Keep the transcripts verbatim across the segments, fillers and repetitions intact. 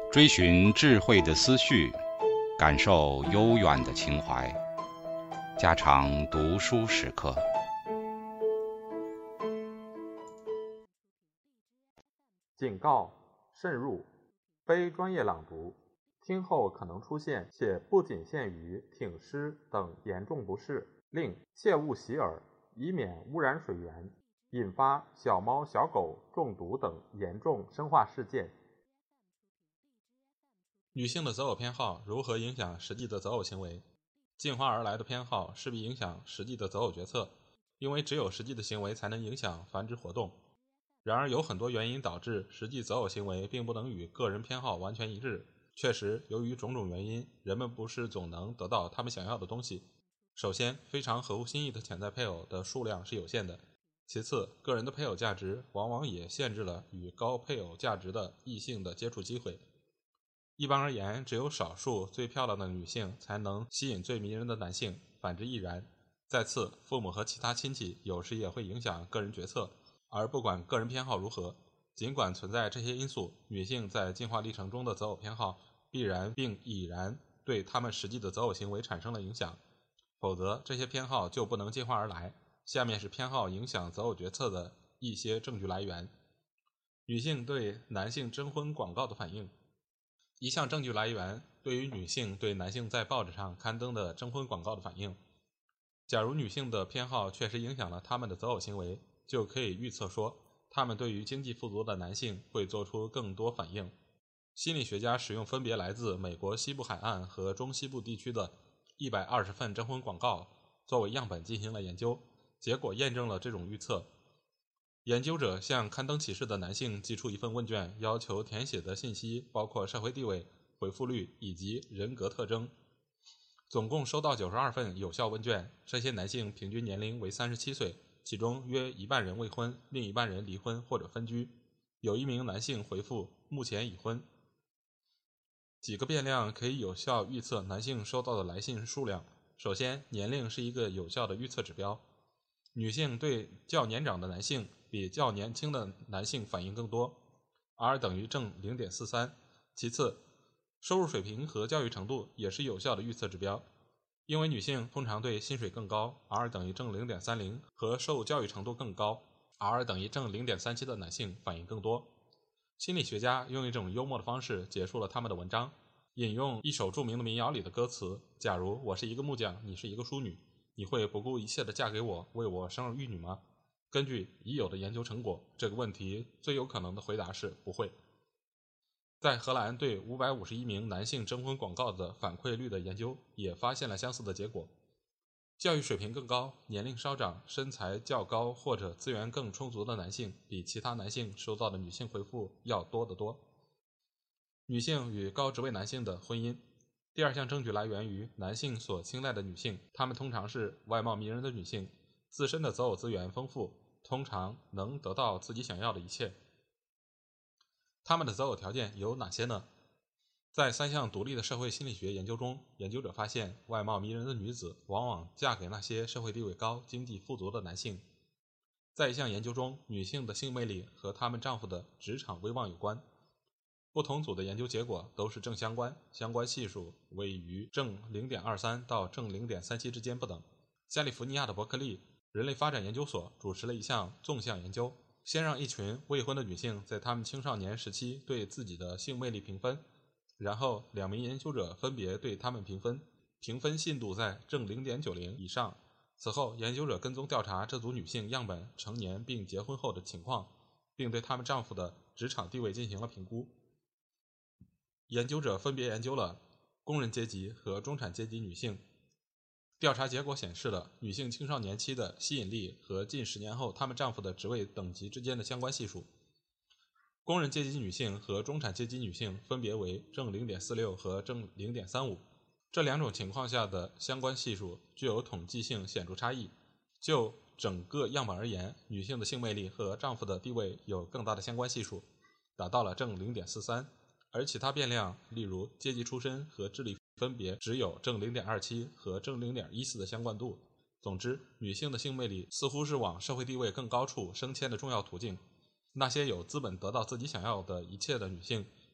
追寻智慧的思绪，感受悠远的情怀。家常读书时刻。 警告：慎入，非专业朗读，听后可能出现且不仅限于挺尸等严重不适，另切勿洗耳，以免污染水源，引发小猫小狗中毒等严重生化事件。 女性的择偶偏好如何影响实际的择偶行为？进化而来的偏好势必影响实际的择偶决策，因为只有实际的行为才能影响繁殖活动。然而有很多原因导致实际择偶行为并不能与个人偏好完全一致。确实，由于种种原因，人们不是总能得到他们想要的东西。首先，非常合乎心意的潜在配偶的数量是有限的。其次，个人的配偶价值往往也限制了与高配偶价值的异性的接触机会。一般而言，只有少数最漂亮的女性才能吸引最迷人的男性，反之亦然。再次，父母和其他亲戚有时也会影响个人决策，而不管个人偏好如何，尽管存在这些因素，女性在进化历程中的择偶偏好必然并已然对她们实际的择偶行为产生了影响，否则这些偏好就不能进化而来。下面是偏好影响择偶决策的一些证据来源。女性对男性征婚广告的反应。一项证据来源对于女性对男性在报纸上刊登的征婚广告的反应。假如女性的偏好确实影响了她们的择偶行为，就可以预测说，她们对于经济富足的男性会做出更多反应。心理学家使用分别来自美国西部海岸和中西部地区的一百二十份征婚广告作为样本进行了研究，结果验证了这种预测。研究者向刊登启事的男性寄出一份问卷，要求填写的信息包括社会地位、回复率以及人格特征。总共收到九十二份有效问卷，这些男性平均年龄为三十七岁，其中约一半人未婚，另一半人离婚或者分居。有一名男性回复目前已婚。几个变量可以有效预测男性收到的来信数量。首先，年龄是一个有效的预测指标。女性对较年长的男性比较年轻的男性反应更多 ，R 等于正 零点四三。其次，收入水平和教育程度也是有效的预测指标，因为女性通常对薪水更高 ，R 等于正 零点三零，和受教育程度更高 ，R 等于正 零点三七的男性反应更多。心理学家用一种幽默的方式结束了他们的文章，引用一首著名的民谣里的歌词：假如我是一个木匠，你是一个淑女，你会不顾一切地嫁给我，为我生儿育女吗？根据已有的研究成果，这个问题最有可能的回答是不会。在荷兰对五百五十一名男性征婚广告的反馈率的研究也发现了相似的结果。教育水平更高、年龄稍长、身材较高或者资源更充足的男性比其他男性收到的女性回复要多得多。女性与高职位男性的婚姻。第二项证据来源于男性所青睐的女性，她们通常是外貌迷人的女性，自身的择偶资源丰富，通常能得到自己想要的一切。她们的择偶条件有哪些呢？在三项独立的社会心理学研究中，研究者发现，外貌迷人的女子往往嫁给那些社会地位高、经济富足的男性。在一项研究中，女性的性魅力和她们丈夫的职场威望有关。不同组的研究结果都是正相关，相关系数位于正 零点二三 到正 零点三七 之间不等。加利福尼亚的伯克利人类发展研究所主持了一项纵向研究，先让一群未婚的女性在她们青少年时期对自己的性魅力评分，然后两名研究者分别对她们评分，评分信度在正 零点九零 以上。此后，研究者跟踪调查这组女性样本成年并结婚后的情况，并对她们丈夫的职场地位进行了评估。研究者分别研究了工人阶级和中产阶级女性。调查结果显示了女性青少年期的吸引力和近十年后她们丈夫的职位等级之间的相关系数。工人阶级女性和中产阶级女性分别为正 零点四六 和正 零点三五， 这两种情况下的相关系数具有统计性显著差异。就整个样本而言，女性的性魅力和丈夫的地位有更大的相关系数，达到了正 零点四三，而其他变量，例如阶级出身和智力，分别只有正 零点二七 和正 零点一四 的相关度。总之，女性的性魅力似乎是往社会地位更高处升迁的重要途径。那些有资本得到自己想要的一切的女性，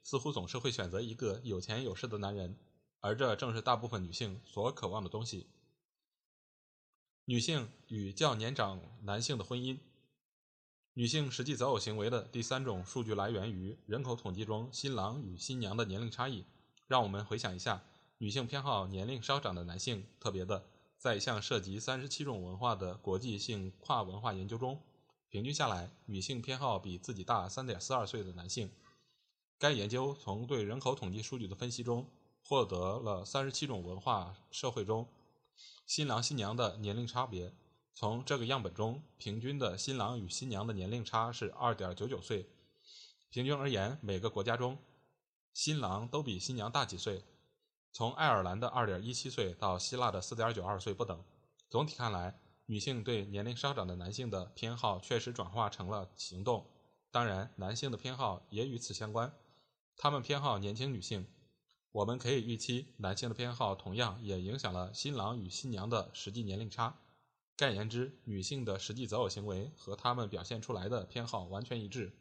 似乎总是会选择一个有钱有势的男人，而这正是大部分女性所渴望的东西。女性与较年长男性的婚姻。女性实际择偶行为的第三种数据来源于人口统计中新郎与新娘的年龄差异。让我们回想一下，女性偏好年龄稍长的男性，特别的，在一项涉及三十七种文化的国际性跨文化研究中，平均下来，女性偏好比自己大 三点四二 岁的男性。该研究从对人口统计数据的分析中，获得了三十七种文化社会中新郎新娘的年龄差别。从这个样本中，平均的新郎与新娘的年龄差是 二点九九 岁。平均而言，每个国家中新郎都比新娘大几岁，从爱尔兰的 二点一七 岁到希腊的 四点九二 岁不等。总体看来，女性对年龄稍长的男性的偏好确实转化成了行动，当然男性的偏好也与此相关，他们偏好年轻女性。我们可以预期，男性的偏好同样也影响了新郎与新娘的实际年龄差。概言之，女性的实际择偶行为和她们表现出来的偏好完全一致。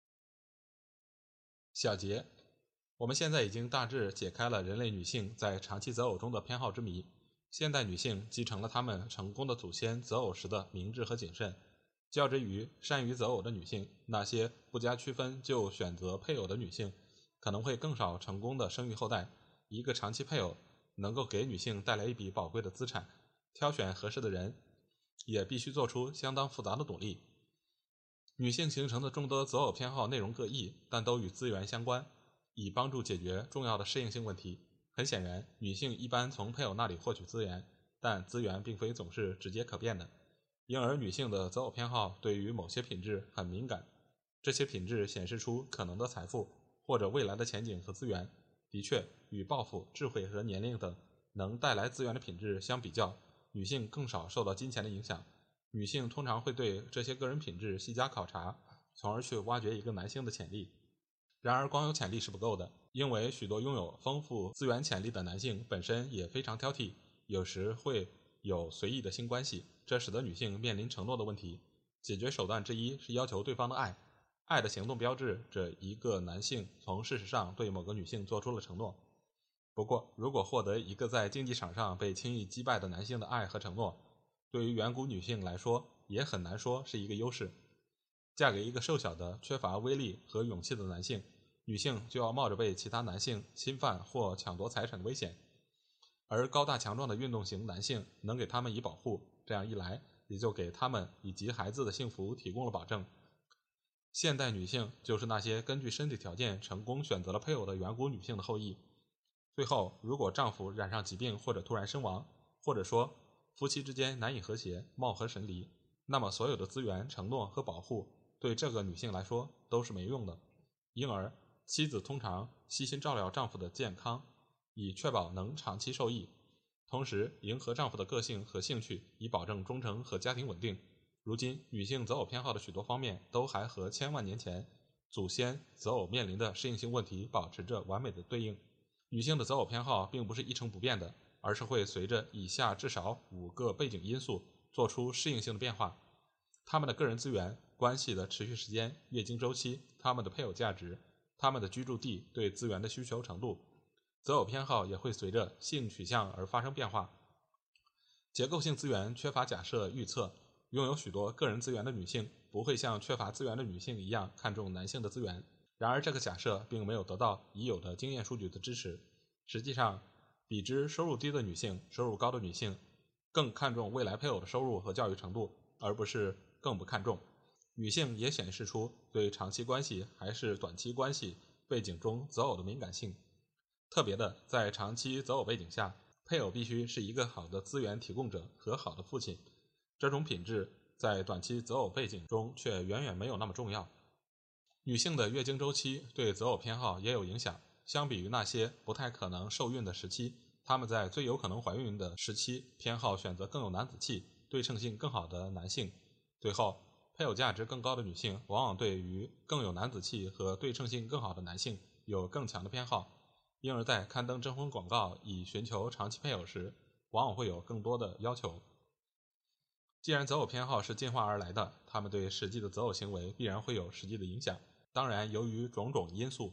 小结，我们现在已经大致解开了人类女性在长期择偶中的偏好之谜。现代女性继承了她们成功的祖先择偶时的明智和谨慎。较之于善于择偶的女性，那些不加区分就选择配偶的女性，可能会更少成功的生育后代。一个长期配偶能够给女性带来一笔宝贵的资产，挑选合适的人也必须做出相当复杂的努力。女性形成的众多择偶偏好内容各异，但都与资源相关，以帮助解决重要的适应性问题。很显然，女性一般从配偶那里获取资源，但资源并非总是直接可变的，因而女性的择偶偏好对于某些品质很敏感。这些品质显示出可能的财富或者未来的前景和资源。的确，与抱负、智慧和年龄等能带来资源的品质相比较，女性更少受到金钱的影响。女性通常会对这些个人品质细加考察，从而去挖掘一个男性的潜力。然而光有潜力是不够的，因为许多拥有丰富资源潜力的男性本身也非常挑剔，有时会有随意的性关系，这使得女性面临承诺的问题。解决手段之一是要求对方的爱，爱的行动标志着一个男性从事实上对某个女性做出了承诺。不过，如果获得一个在竞技场上被轻易击败的男性的爱和承诺，对于远古女性来说也很难说是一个优势。嫁给一个瘦小的、缺乏威力和勇气的男性，女性就要冒着被其他男性侵犯或抢夺财产的危险，而高大强壮的运动型男性能给他们以保护，这样一来也就给他们以及孩子的幸福提供了保证。现代女性就是那些根据身体条件成功选择了配偶的远古女性的后裔。最后，如果丈夫染上疾病或者突然身亡，或者说夫妻之间难以和谐，貌合神离，那么所有的资源、承诺和保护对这个女性来说都是没用的。因而，妻子通常悉心照料丈夫的健康，以确保能长期受益，同时迎合丈夫的个性和兴趣，以保证忠诚和家庭稳定。如今，女性择偶偏好的许多方面都还和千万年前祖先择偶面临的适应性问题保持着完美的对应。女性的择偶偏好并不是一成不变的，而是会随着以下至少五个背景因素做出适应性的变化：她们的个人资源、关系的持续时间、月经周期、她们的配偶价值、她们的居住地对资源的需求程度。择偶偏好也会随着性取向而发生变化。结构性资源缺乏假设预测，拥有许多个人资源的女性不会像缺乏资源的女性一样看重男性的资源。然而这个假设并没有得到已有的经验数据的支持。实际上，比之收入低的女性，收入高的女性更看重未来配偶的收入和教育程度，而不是更不看重。女性也显示出对长期关系还是短期关系背景中择偶的敏感性。特别的，在长期择偶背景下，配偶必须是一个好的资源提供者和好的父亲。这种品质在短期择偶背景中却远远没有那么重要。女性的月经周期对择偶偏好也有影响。相比于那些不太可能受孕的时期，她们在最有可能怀孕的时期偏好选择更有男子气、对称性更好的男性。最后，配偶价值更高的女性往往对于更有男子气和对称性更好的男性有更强的偏好，因而在刊登征婚广告以寻求长期配偶时，往往会有更多的要求。既然择偶偏好是进化而来的，它们对实际的择偶行为必然会有实际的影响。当然，由于种种因素，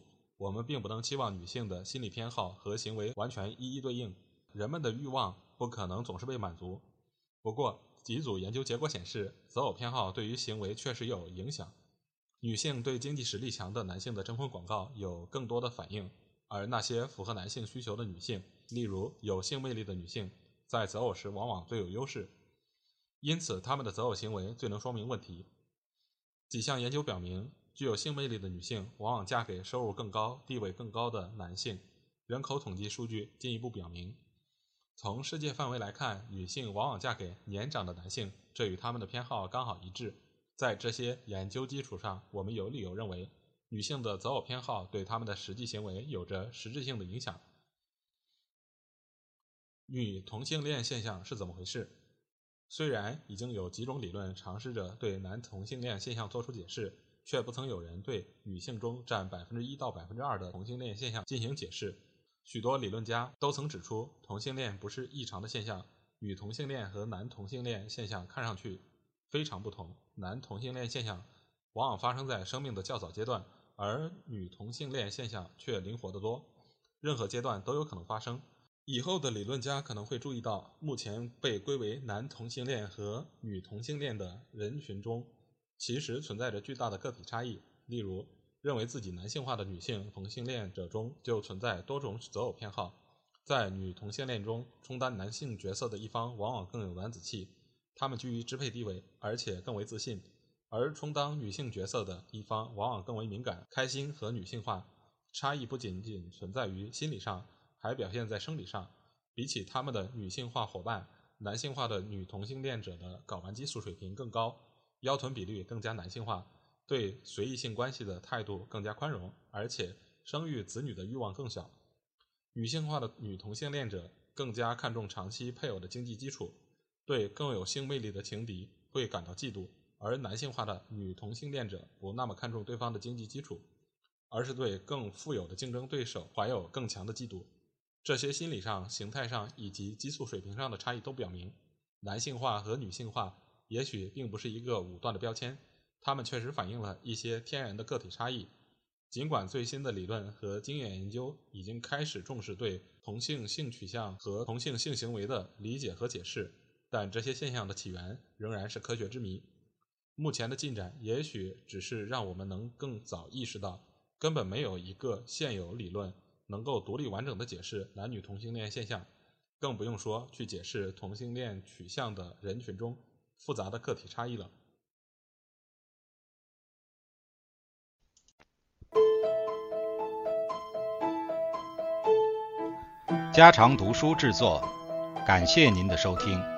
我们并不能期望女性的心理偏好和行为完全一一对应，人们的欲望不可能总是被满足。不过，几组研究结果显示，择偶偏好对于行为确实有影响。女性对经济实力强的男性的征婚广告有更多的反应，而那些符合男性需求的女性，例如有性魅力的女性，在择偶时往往最有优势。因此，他们的择偶行为最能说明问题。几项研究表明，具有性魅力的女性往往嫁给收入更高、地位更高的男性。人口统计数据进一步表明，从世界范围来看，女性往往嫁给年长的男性，这与他们的偏好刚好一致。在这些研究基础上，我们有理由认为，女性的择偶偏好对他们的实际行为有着实质性的影响。女同性恋现象是怎么回事？虽然已经有几种理论尝试着对男同性恋现象做出解释，却不曾有人对女性中占 百分之一 到 百分之二 的同性恋现象进行解释。许多理论家都曾指出，同性恋不是异常的现象，女同性恋和男同性恋现象看上去非常不同。男同性恋现象往往发生在生命的较早阶段，而女同性恋现象却灵活得多，任何阶段都有可能发生。以后的理论家可能会注意到，目前被归为男同性恋和女同性恋的人群中，其实存在着巨大的个体差异。例如，认为自己男性化的女性同性恋者中就存在多种择偶偏好。在女同性恋中，充当男性角色的一方往往更有男子气，他们居于支配地位，而且更为自信；而充当女性角色的一方往往更为敏感、开心和女性化。差异不仅仅存在于心理上，还表现在生理上。比起他们的女性化伙伴，男性化的女同性恋者的睾丸激素水平更高，腰臀比率更加男性化，对随意性关系的态度更加宽容，而且生育子女的欲望更小。女性化的女同性恋者更加看重长期配偶的经济基础，对更有性魅力的情敌会感到嫉妒，而男性化的女同性恋者不那么看重对方的经济基础，而是对更富有的竞争对手怀有更强的嫉妒。这些心理上、形态上以及激素水平上的差异都表明，男性化和女性化也许并不是一个武断的标签，它们确实反映了一些天然的个体差异。尽管最新的理论和经验研究已经开始重视对同性性取向和同性性行为的理解和解释，但这些现象的起源仍然是科学之谜。目前的进展也许只是让我们能更早意识到，根本没有一个现有理论能够独立完整地解释男女同性恋现象，更不用说去解释同性恋取向的人群中复杂的个体差异了。 家常读书制作，感谢您的收听。